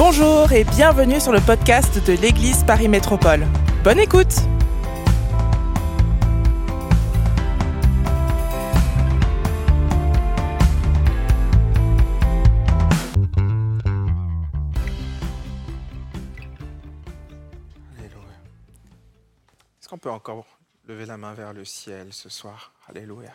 Bonjour et bienvenue sur le podcast de l'Église Paris Métropole. Bonne écoute! Alléluia. Est-ce qu'on peut encore lever la main vers le ciel ce soir? Alléluia.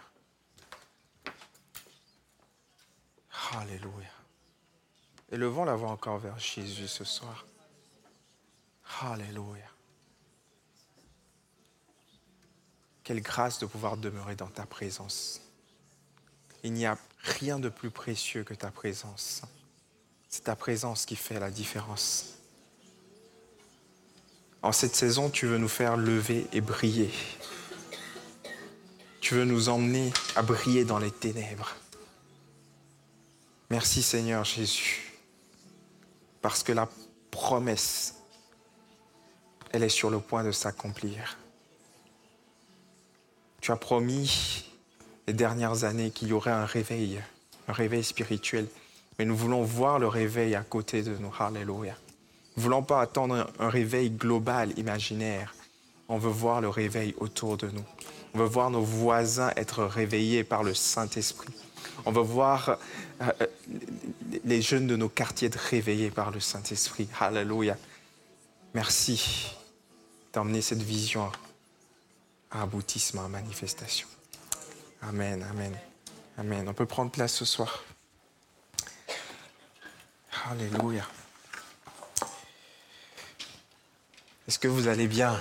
Alléluia. Élevons la voix encore vers Jésus ce soir. Alléluia. Quelle grâce de pouvoir demeurer dans ta présence. Il n'y a rien de plus précieux que ta présence. C'est ta présence qui fait la différence. En cette saison, tu veux nous faire lever et briller. Tu veux nous emmener à briller dans les ténèbres. Merci Seigneur Jésus. Parce que la promesse, elle est sur le point de s'accomplir. Tu as promis les dernières années qu'il y aurait un réveil spirituel. Mais nous voulons voir le réveil à côté de nous. Alléluia. Nous ne voulons pas attendre un réveil global, imaginaire. On veut voir le réveil autour de nous. On veut voir nos voisins être réveillés par le Saint-Esprit. On veut voir les jeunes de nos quartiers être réveillés par le Saint-Esprit. Alléluia. Merci d'emmener cette vision à aboutissement, à manifestation. Amen, amen, amen. On peut prendre place ce soir. Alléluia. Est-ce que vous allez bien?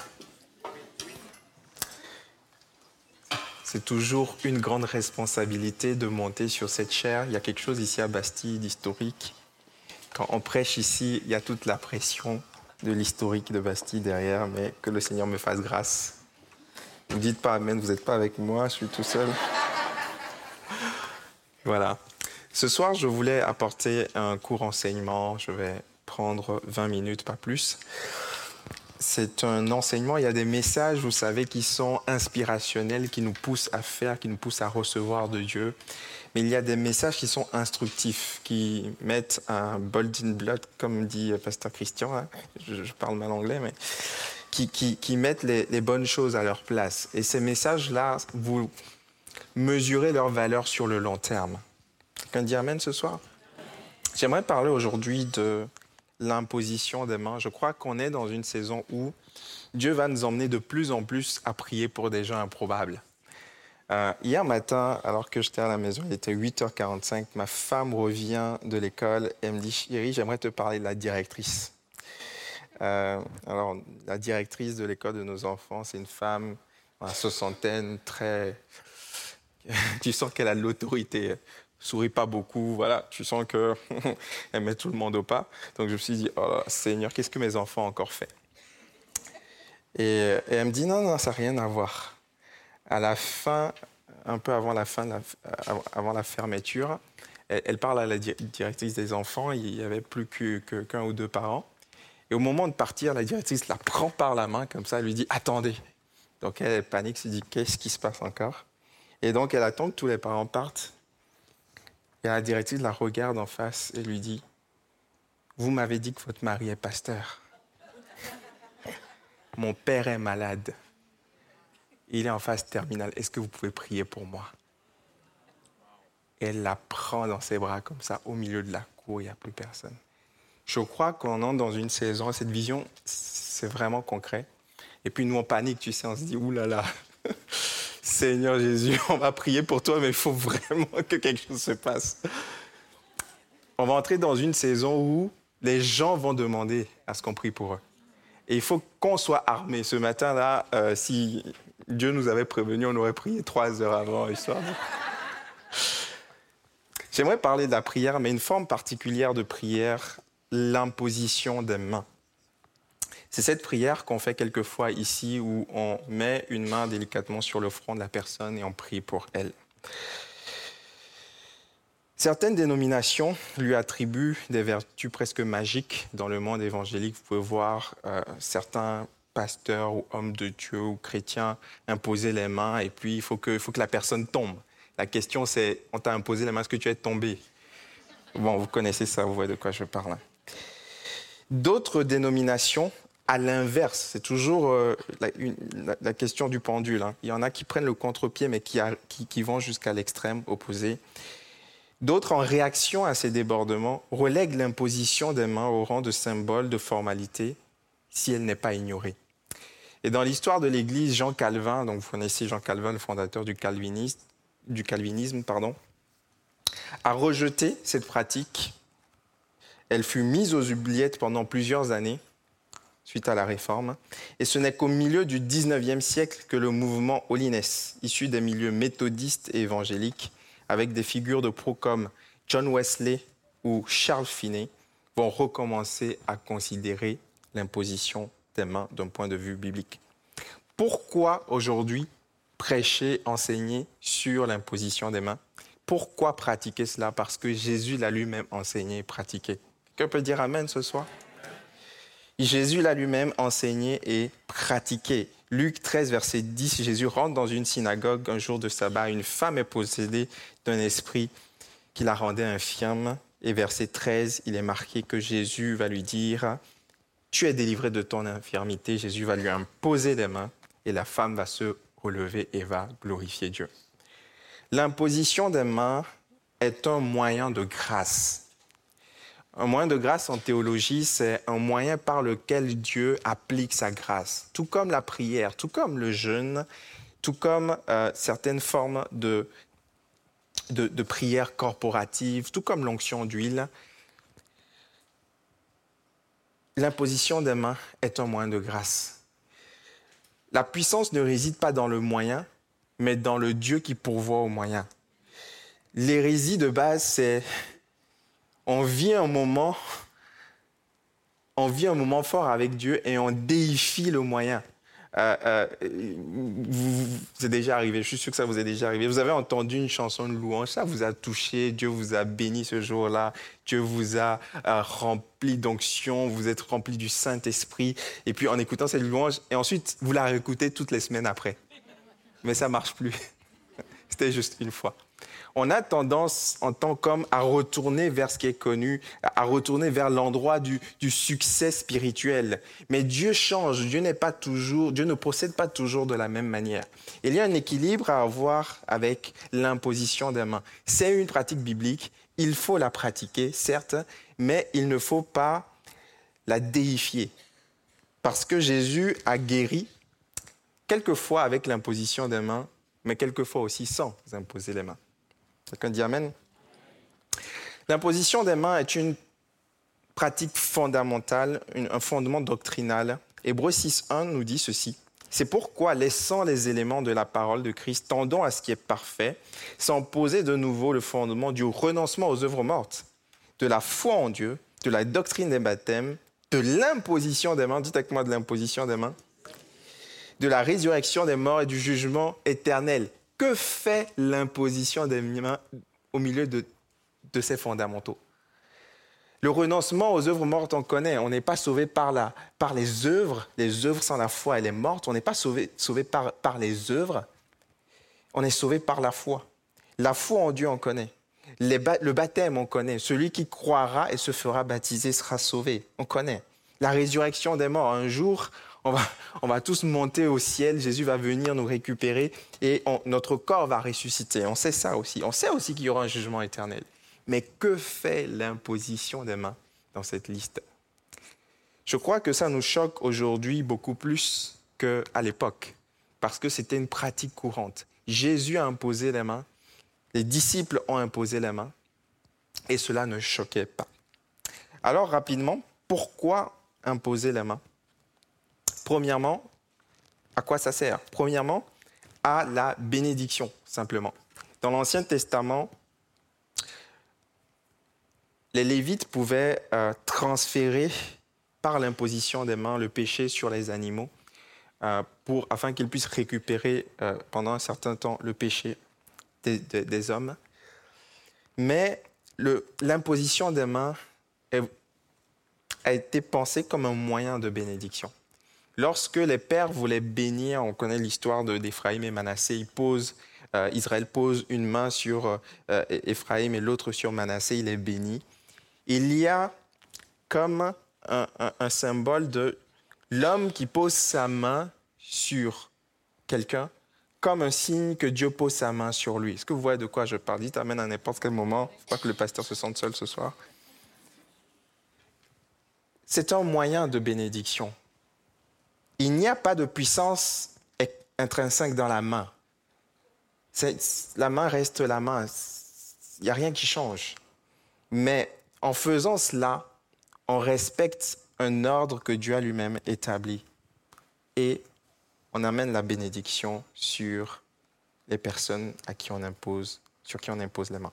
C'est toujours une grande responsabilité de monter sur cette chaire. Il y a quelque chose ici à Bastille d'historique. Quand on prêche ici, il y a toute la pression de l'historique de Bastille derrière, mais que le Seigneur me fasse grâce. Ne me dites pas amen, vous n'êtes pas avec moi, je suis tout seul. Voilà. Ce soir, je voulais apporter un court enseignement. Je vais prendre 20 minutes, pas plus. C'est un enseignement, il y a des messages, vous savez, qui sont inspirationnels, qui nous poussent à faire, qui nous poussent à recevoir de Dieu. Mais il y a des messages qui sont instructifs, qui mettent un bold in blood, comme dit Pasteur Christian, hein. Je parle mal anglais, mais qui mettent les bonnes choses à leur place. Et ces messages-là, vous mesurez leur valeur sur le long terme. Quelqu'un dit amen ce soir? J'aimerais parler aujourd'hui de l'imposition des mains. Je crois qu'on est dans une saison où Dieu va nous emmener de plus en plus à prier pour des gens improbables. Hier matin, alors que j'étais à la maison, il était 8h45, ma femme revient de l'école et elle me dit « Chérie, j'aimerais te parler de la directrice. » Alors, la directrice de l'école de nos enfants, c'est une femme à soixantaine, très... tu sens qu'elle a de l'autorité. Sourit pas beaucoup, voilà, tu sens qu'elle met tout le monde au pas. Donc je me suis dit, oh Seigneur, qu'est-ce que mes enfants ont encore fait? Et elle me dit, non, ça n'a rien à voir. À la fin, un peu avant la fermeture, elle parle à la directrice des enfants, il n'y avait plus qu'un ou deux parents. Et au moment de partir, la directrice la prend par la main, comme ça, elle lui dit, attendez. Donc elle panique, se dit, qu'est-ce qui se passe encore? Et donc elle attend que tous les parents partent. Et la directrice la regarde en face et lui dit « Vous m'avez dit que votre mari est pasteur. Mon père est malade. Il est en phase terminale. Est-ce que vous pouvez prier pour moi ?» Et elle la prend dans ses bras comme ça, au milieu de la cour, il n'y a plus personne. Je crois qu'on entre dans une saison, cette vision, c'est vraiment concret. Et puis nous, on panique, tu sais, on se dit « Ouh là là !» Seigneur Jésus, on va prier pour toi, mais il faut vraiment que quelque chose se passe. On va entrer dans une saison où les gens vont demander à ce qu'on prie pour eux. Et il faut qu'on soit armés. Ce matin-là, si Dieu nous avait prévenus, on aurait prié 3 heures avant, histoire. J'aimerais parler de la prière, mais une forme particulière de prière, l'imposition des mains. C'est cette prière qu'on fait quelquefois ici où on met une main délicatement sur le front de la personne et on prie pour elle. Certaines dénominations lui attribuent des vertus presque magiques dans le monde évangélique. Vous pouvez voir certains pasteurs ou hommes de Dieu ou chrétiens imposer les mains et puis il faut que la personne tombe. La question c'est, on t'a imposé les mains, est-ce que tu es tombé? Bon, vous connaissez ça, vous voyez de quoi je parle. D'autres dénominations, à l'inverse, c'est toujours la question du pendule. Il y en a qui prennent le contre-pied, mais qui vont jusqu'à l'extrême opposé. D'autres, en réaction à ces débordements, relèguent l'imposition des mains au rang de symbole de formalité si elle n'est pas ignorée. Et dans l'histoire de l'Église, Jean Calvin, donc vous connaissez Jean Calvin, le fondateur du calvinisme, a rejeté cette pratique. Elle fut mise aux oubliettes pendant plusieurs années, suite à la Réforme. Et ce n'est qu'au milieu du XIXe siècle que le mouvement Holiness, issu des milieux méthodistes et évangéliques, avec des figures de pros comme John Wesley ou Charles Finney, vont recommencer à considérer l'imposition des mains d'un point de vue biblique. Pourquoi aujourd'hui prêcher, enseigner sur l'imposition des mains? Pourquoi pratiquer cela? Parce que Jésus l'a lui-même enseigné et pratiqué. Quelqu'un peut dire Amen ce soir? Jésus l'a lui-même enseigné et pratiqué. Luc 13, verset 10, Jésus rentre dans une synagogue un jour de sabbat. Une femme est possédée d'un esprit qui la rendait infirme. Et verset 13, il est marqué que Jésus va lui dire « Tu es délivré de ton infirmité ». Jésus va lui imposer les mains et la femme va se relever et va glorifier Dieu. L'imposition des mains est un moyen de grâce. Un moyen de grâce en théologie, c'est un moyen par lequel Dieu applique sa grâce. Tout comme la prière, tout comme le jeûne, tout comme certaines formes de prière corporative, tout comme l'onction d'huile. L'imposition des mains est un moyen de grâce. La puissance ne réside pas dans le moyen, mais dans le Dieu qui pourvoit aux moyens. L'hérésie de base, c'est on vit un moment fort avec Dieu et on déifie le moyen. C'est déjà arrivé, je suis sûr que ça vous est déjà arrivé. Vous avez entendu une chanson de louange, ça vous a touché, Dieu vous a béni ce jour-là, Dieu vous a rempli d'onction, vous êtes rempli du Saint-Esprit. Et puis en écoutant cette louange, et ensuite vous la réécoutez toutes les semaines après. Mais ça ne marche plus. C'était juste une fois. On a tendance, en tant qu'homme, à retourner vers ce qui est connu, à retourner vers l'endroit du succès spirituel. Mais Dieu change, Dieu ne procède pas toujours de la même manière. Il y a un équilibre à avoir avec l'imposition des mains. C'est une pratique biblique, il faut la pratiquer, certes, mais il ne faut pas la déifier. Parce que Jésus a guéri, quelquefois avec l'imposition des mains, mais quelquefois aussi sans imposer les mains. Quelqu'un dit Amen? L'imposition des mains est une pratique fondamentale, un fondement doctrinal. Hébreux 6.1 nous dit ceci. C'est pourquoi, laissant les éléments de la parole de Christ, tendons à ce qui est parfait, sans poser de nouveau le fondement du renoncement aux œuvres mortes, de la foi en Dieu, de la doctrine des baptêmes, de l'imposition des mains, dites avec moi de l'imposition des mains, de la résurrection des morts et du jugement éternel. Que fait l'imposition des mains au milieu de ces fondamentaux? Le renoncement aux œuvres mortes, on connaît. On n'est pas sauvé par les œuvres. Les œuvres sans la foi, elle est morte. On n'est pas sauvé par les œuvres. On est sauvé par la foi. La foi en Dieu, on connaît. Le baptême, on connaît. Celui qui croira et se fera baptiser sera sauvé. On connaît. La résurrection des morts, un jour, on va tous monter au ciel, Jésus va venir nous récupérer et notre corps va ressusciter. On sait ça aussi. On sait aussi qu'il y aura un jugement éternel. Mais que fait l'imposition des mains dans cette liste? Je crois que ça nous choque aujourd'hui beaucoup plus qu'à l'époque, parce que c'était une pratique courante. Jésus a imposé les mains, les disciples ont imposé les mains, et cela ne choquait pas. Alors rapidement, pourquoi imposer les mains? Premièrement, à quoi ça sert? Premièrement, à la bénédiction, simplement. Dans l'Ancien Testament, les Lévites pouvaient transférer par l'imposition des mains le péché sur les animaux afin qu'ils puissent récupérer pendant un certain temps le péché des hommes. Mais l'imposition des mains a été pensée comme un moyen de bénédiction. Lorsque les pères voulaient bénir, on connaît l'histoire d'Éphraïm et Manassé, Israël pose une main sur Éphraïm et l'autre sur Manassé, il est béni. Il y a comme un symbole de l'homme qui pose sa main sur quelqu'un comme un signe que Dieu pose sa main sur lui. Est-ce que vous voyez de quoi je parle? Dites amen à n'importe quel moment. Il ne faut pas que le pasteur se sente seul ce soir. C'est un moyen de bénédiction. Il n'y a pas de puissance intrinsèque dans la main. La main reste la main. Il n'y a rien qui change. Mais en faisant cela, on respecte un ordre que Dieu a lui-même établi. Et on amène la bénédiction sur les personnes sur qui on impose les mains.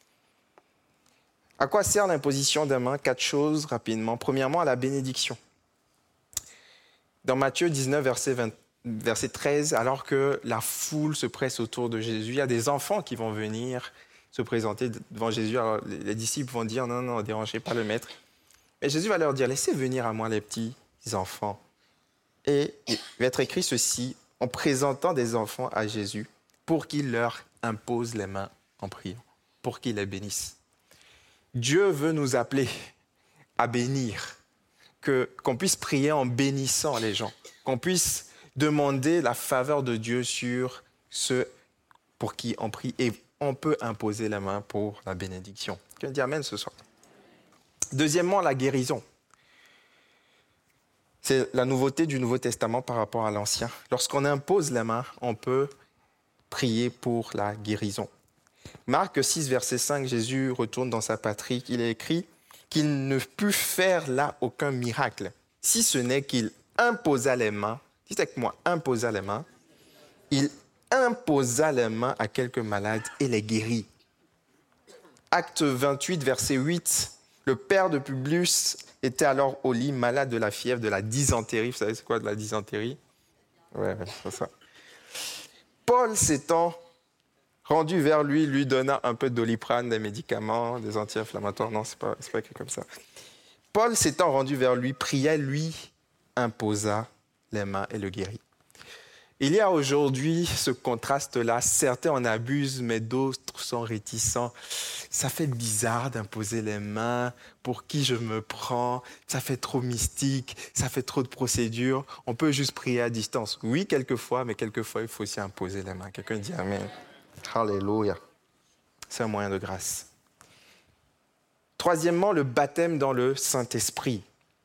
À quoi sert l'imposition des mains? 4 choses rapidement. Premièrement, à la bénédiction. Dans Matthieu 19, verset 13, alors que la foule se presse autour de Jésus, il y a des enfants qui vont venir se présenter devant Jésus. Alors, les disciples vont dire, non, ne dérangez pas le maître. Mais Jésus va leur dire, laissez venir à moi les petits enfants. Et il va être écrit ceci, en présentant des enfants à Jésus, pour qu'il leur impose les mains en priant, pour qu'il les bénisse. Dieu veut nous appeler à bénir, qu'on puisse prier en bénissant les gens, qu'on puisse demander la faveur de Dieu sur ceux pour qui on prie. Et on peut imposer la main pour la bénédiction. Quelqu'un dit amen ce soir. Deuxièmement, la guérison. C'est la nouveauté du Nouveau Testament par rapport à l'Ancien. Lorsqu'on impose la main, on peut prier pour la guérison. Marc 6, verset 5, Jésus retourne dans sa patrie. Il est écrit qu'il ne put faire là aucun miracle, si ce n'est qu'il imposa les mains. Dites avec moi, imposa les mains. Il imposa les mains à quelques malades et les guérit. Acte 28, verset 8, le père de Publius était alors au lit, malade de la fièvre, de la dysentérie. Vous savez c'est quoi de la dysentérie? Ouais, c'est ça. Paul s'étant rendu vers lui, lui donna un peu de Doliprane, des médicaments, des anti-inflammatoires. Non, c'est pas écrit comme ça. Paul s'étant rendu vers lui, pria, lui imposa les mains et le guérit. Il y a aujourd'hui ce contraste-là. Certains en abusent, mais d'autres sont réticents. Ça fait bizarre d'imposer les mains. Pour qui je me prends? Ça fait trop mystique. Ça fait trop de procédures. On peut juste prier à distance. Oui, quelquefois, mais quelquefois, il faut aussi imposer les mains. Quelqu'un dit amen. Alléluia. C'est un moyen de grâce. Troisièmement, le baptême dans le Saint-Esprit.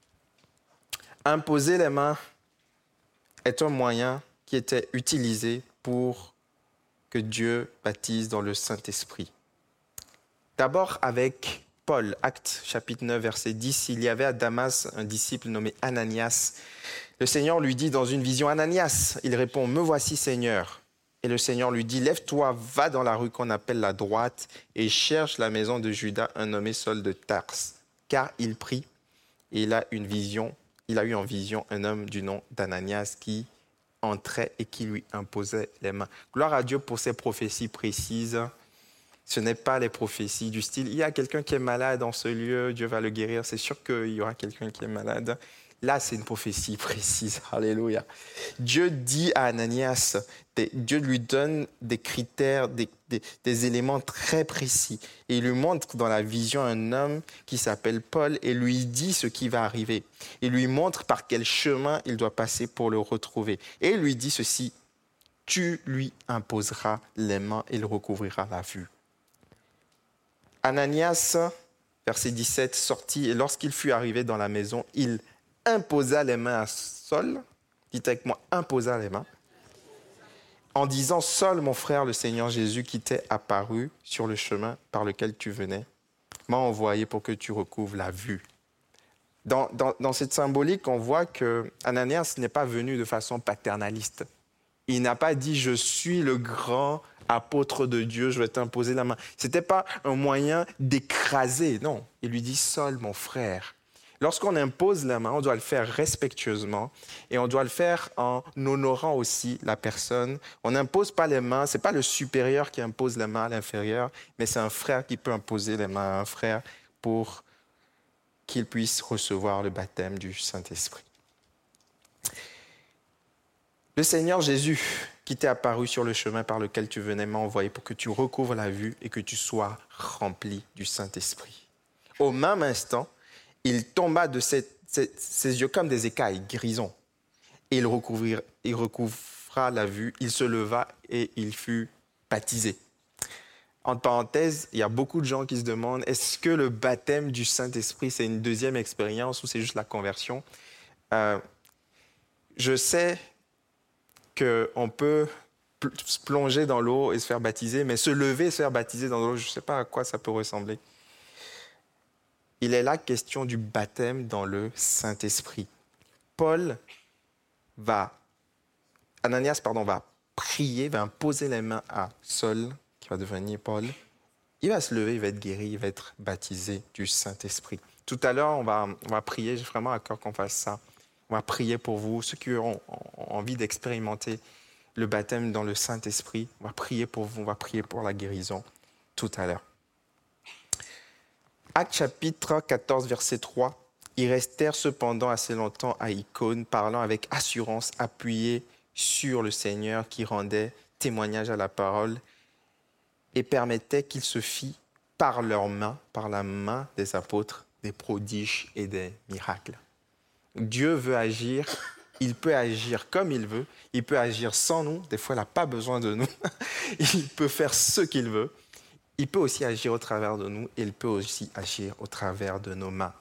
Imposer les mains est un moyen qui était utilisé pour que Dieu baptise dans le Saint-Esprit. D'abord avec Paul, Actes chapitre 9, verset 10, il y avait à Damas un disciple nommé Ananias. Le Seigneur lui dit dans une vision, Ananias, il répond, me voici Seigneur. Et le Seigneur lui dit, lève-toi, va dans la rue qu'on appelle la droite et cherche la maison de Judas, un nommé Saul de Tarse. Car il prie et il a eu en vision un homme du nom d'Ananias qui entrait et qui lui imposait les mains. Gloire à Dieu pour ces prophéties précises. Ce n'est pas les prophéties du style, il y a quelqu'un qui est malade dans ce lieu, Dieu va le guérir, c'est sûr qu'il y aura quelqu'un qui est malade. Là, c'est une prophétie précise. Alléluia. Dieu dit à Ananias, Dieu lui donne des critères, des éléments très précis. Et il lui montre dans la vision un homme qui s'appelle Paul et lui dit ce qui va arriver. Il lui montre par quel chemin il doit passer pour le retrouver. Et il lui dit ceci, tu lui imposeras les mains et il recouvrira la vue. Ananias, verset 17, sortit et lorsqu'il fut arrivé dans la maison, il imposa les mains à Saul, dites avec moi, imposa les mains, en disant, Saul, mon frère, le Seigneur Jésus, qui t'est apparu sur le chemin par lequel tu venais, m'a envoyé pour que tu recouvres la vue. Dans cette symbolique, on voit que Ananias n'est pas venu de façon paternaliste. Il n'a pas dit, je suis le grand apôtre de Dieu, je vais t'imposer la main. Ce n'était pas un moyen d'écraser, non. Il lui dit, Saul, mon frère. Lorsqu'on impose la main, on doit le faire respectueusement et on doit le faire en honorant aussi la personne. On n'impose pas les mains, ce n'est pas le supérieur qui impose les mains à l'inférieur, mais c'est un frère qui peut imposer les mains à un frère pour qu'il puisse recevoir le baptême du Saint-Esprit. Le Seigneur Jésus, qui t'est apparu sur le chemin par lequel tu venais, m'a envoyé pour que tu recouvres la vue et que tu sois rempli du Saint-Esprit. Au même instant, il tomba de ses yeux comme des écailles, grisons. Et il recouvra la vue, il se leva et il fut baptisé. Entre parenthèses, il y a beaucoup de gens qui se demandent, est-ce que le baptême du Saint-Esprit, c'est une deuxième expérience ou c'est juste la conversion? Je sais qu'on peut se plonger dans l'eau et se faire baptiser, mais se lever et se faire baptiser dans l'eau, je ne sais pas à quoi ça peut ressembler. Il est là question du baptême dans le Saint-Esprit. Ananias va prier, va imposer les mains à Saul, qui va devenir Paul. Il va se lever, il va être guéri, il va être baptisé du Saint-Esprit. Tout à l'heure, on va prier, j'ai vraiment à cœur qu'on fasse ça. On va prier pour vous, ceux qui ont envie d'expérimenter le baptême dans le Saint-Esprit. On va prier pour vous, on va prier pour la guérison tout à l'heure. Actes chapitre 14, verset 3. Ils restèrent cependant assez longtemps à Icône, parlant avec assurance, appuyés sur le Seigneur qui rendait témoignage à la parole et permettait qu'il se fît par leurs mains, par la main des apôtres, des prodiges et des miracles. Dieu veut agir, il peut agir comme il veut, il peut agir sans nous, des fois il n'a pas besoin de nous, il peut faire ce qu'il veut, il peut aussi agir au travers de nous et il peut aussi agir au travers de nos mains.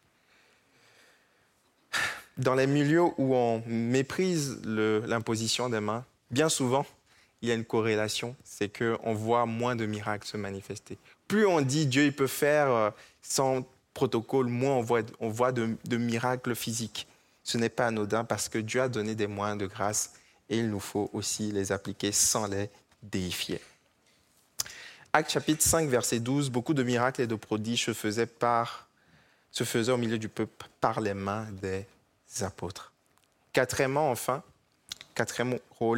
Dans les milieux où on méprise l'imposition des mains, bien souvent, il y a une corrélation, c'est qu'on voit moins de miracles se manifester. Plus on dit Dieu il peut faire sans protocole, moins on voit de miracles physiques. Ce n'est pas anodin parce que Dieu a donné des moyens de grâce et il nous faut aussi les appliquer sans les déifier. Actes chapitre 5, verset 12, beaucoup de miracles et de prodiges se faisaient au milieu du peuple par les mains des apôtres. Quatrièmement, enfin, quatrième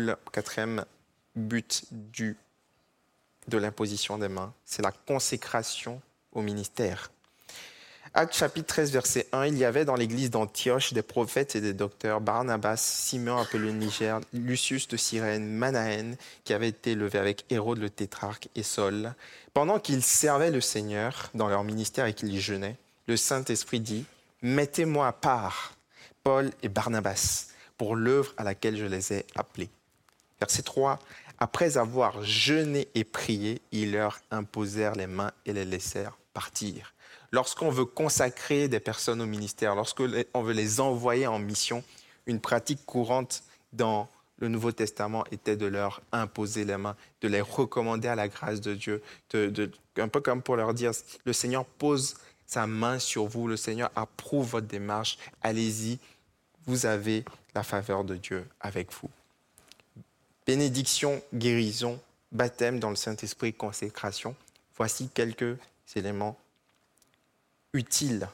but de l'imposition des mains, c'est la consécration au ministère. Actes chapitre 13, verset 1, il y avait dans l'église d'Antioche des prophètes et des docteurs, Barnabas, Simeon appelé Niger, Lucius de Cyrène, Manaën, qui avait été élevé avec Hérode le tétrarque et Saul. Pendant qu'ils servaient le Seigneur dans leur ministère et qu'ils jeûnaient, le Saint-Esprit dit, « Mettez-moi à part Paul et Barnabas pour l'œuvre à laquelle je les ai appelés. » Verset 3, « Après avoir jeûné et prié, ils leur imposèrent les mains et les laissèrent partir. » Lorsqu'on veut consacrer des personnes au ministère, lorsqu'on veut les envoyer en mission, une pratique courante dans le Nouveau Testament était de leur imposer les mains, de les recommander à la grâce de Dieu, un peu comme pour leur dire, le Seigneur pose sa main sur vous, le Seigneur approuve votre démarche, allez-y, vous avez la faveur de Dieu avec vous. Bénédiction, guérison, baptême dans le Saint-Esprit, consécration, voici quelques éléments utile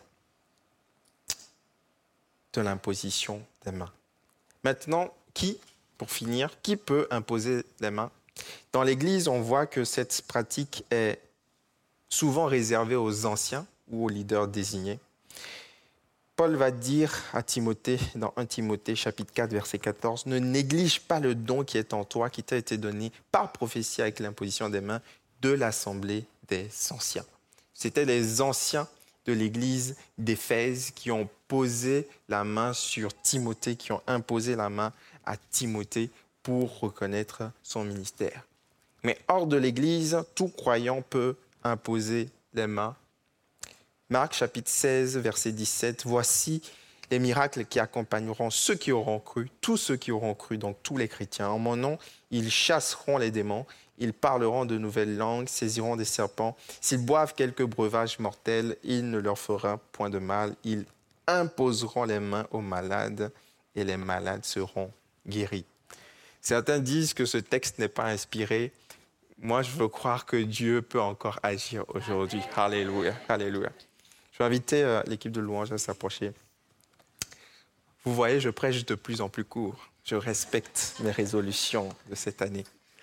de l'imposition des mains. Maintenant, pour finir, qui peut imposer les mains? Dans l'Église, on voit que cette pratique est souvent réservée aux anciens ou aux leaders désignés. Paul va dire à Timothée, dans 1 Timothée chapitre 4, verset 14, « Ne néglige pas le don qui est en toi, qui t'a été donné par prophétie avec l'imposition des mains de l'assemblée des anciens. » C'était les anciens de l'église d'Éphèse qui ont posé la main sur Timothée, qui ont imposé la main à Timothée pour reconnaître son ministère. Mais hors de l'église, tout croyant peut imposer les mains. Marc chapitre 16, verset 17, « Voici les miracles qui accompagneront ceux qui auront cru, tous ceux qui auront cru, donc tous les chrétiens. En mon nom, ils chasseront les démons, ils parleront de nouvelles langues, saisiront des serpents. S'ils boivent quelques breuvages mortels, il ne leur fera point de mal. Ils imposeront les mains aux malades et les malades seront guéris. » Certains disent que ce texte n'est pas inspiré. Moi, je veux croire que Dieu peut encore agir aujourd'hui. Alléluia, alléluia. Je vais inviter l'équipe de louange à s'approcher. Vous voyez, je prêche de plus en plus court. Je respecte mes résolutions de cette année.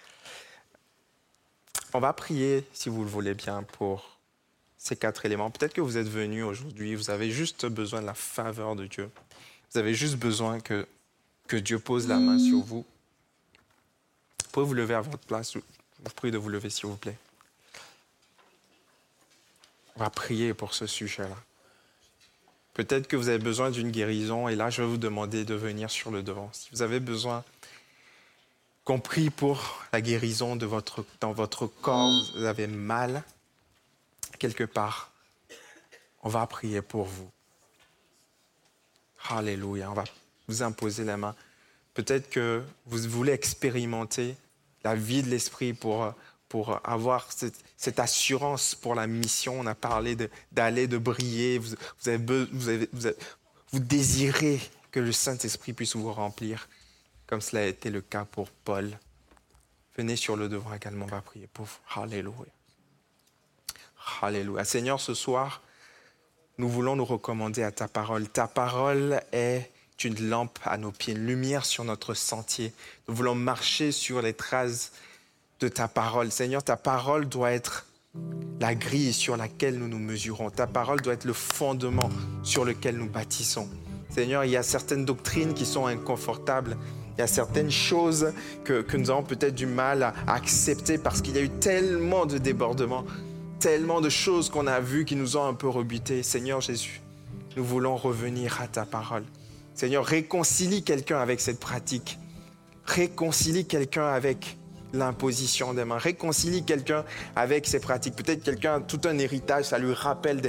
On va prier, si vous le voulez bien, pour ces 4 éléments. Peut-être que vous êtes venus aujourd'hui, vous avez juste besoin de la faveur de Dieu. Vous avez juste besoin que Dieu pose la main sur vous. Vous pouvez vous lever à votre place. Je vous prie de vous lever, s'il vous plaît. On va prier pour ce sujet-là. Peut-être que vous avez besoin d'une guérison et là, je vais vous demander de venir sur le devant. Si vous avez besoin qu'on prie pour la guérison dans votre corps, vous avez mal quelque part, on va prier pour vous. Alléluia, on va vous imposer la main. Peut-être que vous voulez expérimenter la vie de l'esprit pour avoir cette assurance pour la mission. On a parlé d'aller, de briller. Vous désirez que le Saint-Esprit puisse vous remplir, comme cela a été le cas pour Paul. Venez sur le devant également, on va prier pour vous. Alléluia. Alléluia. Seigneur, ce soir, nous voulons nous recommander à ta parole. Ta parole est une lampe à nos pieds, une lumière sur notre sentier. Nous voulons marcher sur les traces de ta parole. Seigneur, ta parole doit être la grille sur laquelle nous nous mesurons. Ta parole doit être le fondement sur lequel nous bâtissons. Seigneur, il y a certaines doctrines qui sont inconfortables. Il y a certaines choses que nous avons peut-être du mal à accepter parce qu'il y a eu tellement de débordements, tellement de choses qu'on a vues qui nous ont un peu rebutés. Seigneur Jésus, nous voulons revenir à ta parole. Seigneur, réconcilie quelqu'un avec cette pratique. Réconcilie quelqu'un avec l'imposition des mains. Réconcilie quelqu'un avec ces pratiques. Peut-être quelqu'un a tout un héritage, ça lui rappelle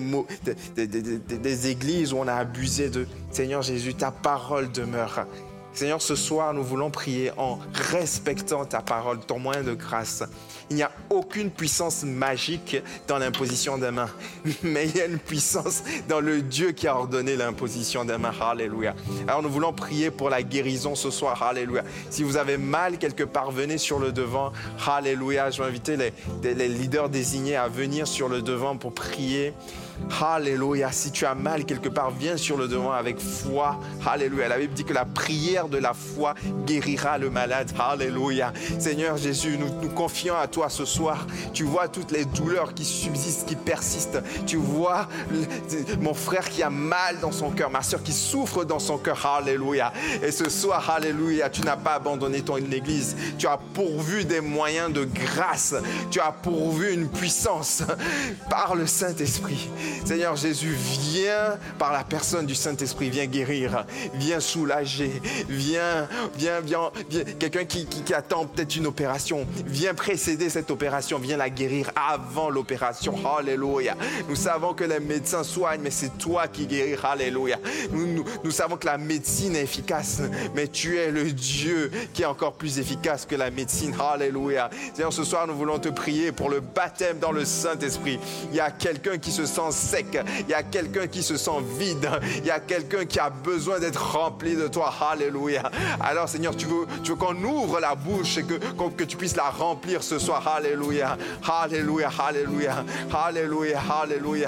des églises où on a abusé de... Seigneur Jésus, ta parole demeure. Seigneur, ce soir, nous voulons prier en respectant ta parole, ton moyen de grâce. Il n'y a aucune puissance magique dans l'imposition des mains, mais il y a une puissance dans le Dieu qui a ordonné l'imposition des mains. Alléluia. Alors, nous voulons prier pour la guérison ce soir. Alléluia. Si vous avez mal quelque part, venez sur le devant. Alléluia. Je vais inviter les leaders désignés à venir sur le devant pour prier. Alléluia. Si tu as mal quelque part, viens sur le devant avec foi. Alléluia. La Bible dit que la prière de la foi guérira le malade. Alléluia. Seigneur Jésus, nous confions à toi ce soir. Tu vois toutes les douleurs qui subsistent, qui persistent. Tu vois mon frère qui a mal dans son cœur, ma soeur qui souffre dans son cœur. Alléluia. Et ce soir, alléluia, tu n'as pas abandonné ton église. Tu as pourvu des moyens de grâce. Tu as pourvu une puissance par le Saint-Esprit. Seigneur Jésus, viens par la personne du Saint-Esprit, viens guérir, viens soulager, viens quelqu'un qui attend peut-être une opération, viens précéder cette opération, viens la guérir avant l'opération. Alléluia. Nous savons que les médecins soignent, mais c'est toi qui guéris. Alléluia. Nous savons que la médecine est efficace, mais tu es le Dieu qui est encore plus efficace que la médecine. Alléluia. Seigneur, ce soir, nous voulons te prier pour le baptême dans le Saint-Esprit. Il y a quelqu'un qui se sent sec, il y a quelqu'un qui se sent vide, il y a quelqu'un qui a besoin d'être rempli de toi. Alléluia. Alors Seigneur, tu veux qu'on ouvre la bouche et que tu puisses la remplir ce soir. Alléluia. Alléluia. Alléluia. Alléluia. Alléluia.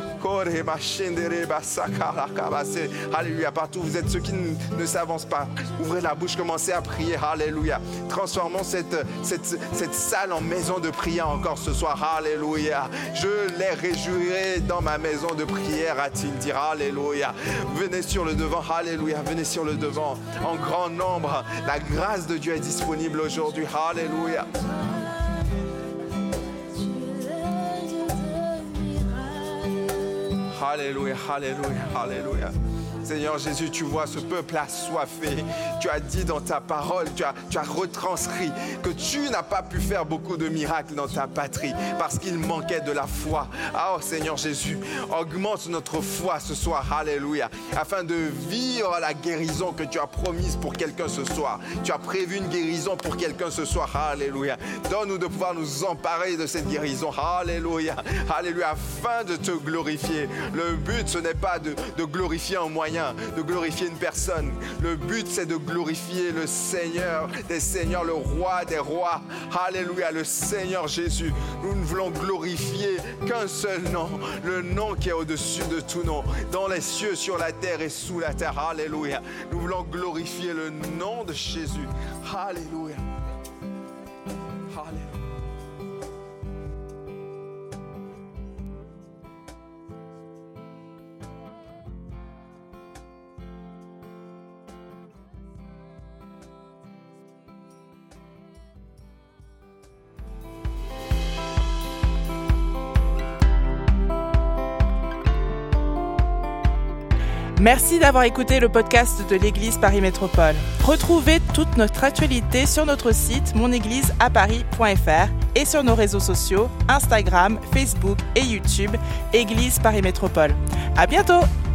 Alléluia. Partout vous êtes ceux qui ne s'avancent pas, ouvrez la bouche, commencez à prier. Alléluia. Transformons cette salle en maison de prière encore ce soir. Alléluia. Je les réjouirai dans ma maison de prière, a-t-il dit. Alléluia. Venez sur le devant. Alléluia. Venez sur le devant en grand nombre. La grâce de Dieu est disponible aujourd'hui. Alléluia. Alléluia, alléluia, alléluia. Seigneur Jésus, tu vois ce peuple assoiffé. Tu as dit dans ta parole, tu as retranscrit que tu n'as pas pu faire beaucoup de miracles dans ta patrie parce qu'il manquait de la foi. Oh Seigneur Jésus, augmente notre foi ce soir, alléluia, afin de vivre la guérison que tu as promise pour quelqu'un ce soir. Tu as prévu une guérison pour quelqu'un ce soir, alléluia. Donne-nous de pouvoir nous emparer de cette guérison, alléluia, alléluia, afin de te glorifier. Le but, ce n'est pas de glorifier un moyen, de glorifier une personne. Le but, c'est de glorifier le Seigneur des seigneurs, le roi des rois. Alléluia, le Seigneur Jésus. Nous ne voulons glorifier qu'un seul nom, le nom qui est au-dessus de tout nom, dans les cieux, sur la terre et sous la terre. Alléluia. Nous voulons glorifier le nom de Jésus. Alléluia. Alléluia. Merci d'avoir écouté le podcast de l'Église Paris Métropole. Retrouvez toute notre actualité sur notre site monégliseaparis.fr et sur nos réseaux sociaux Instagram, Facebook et YouTube, Église Paris Métropole. À bientôt!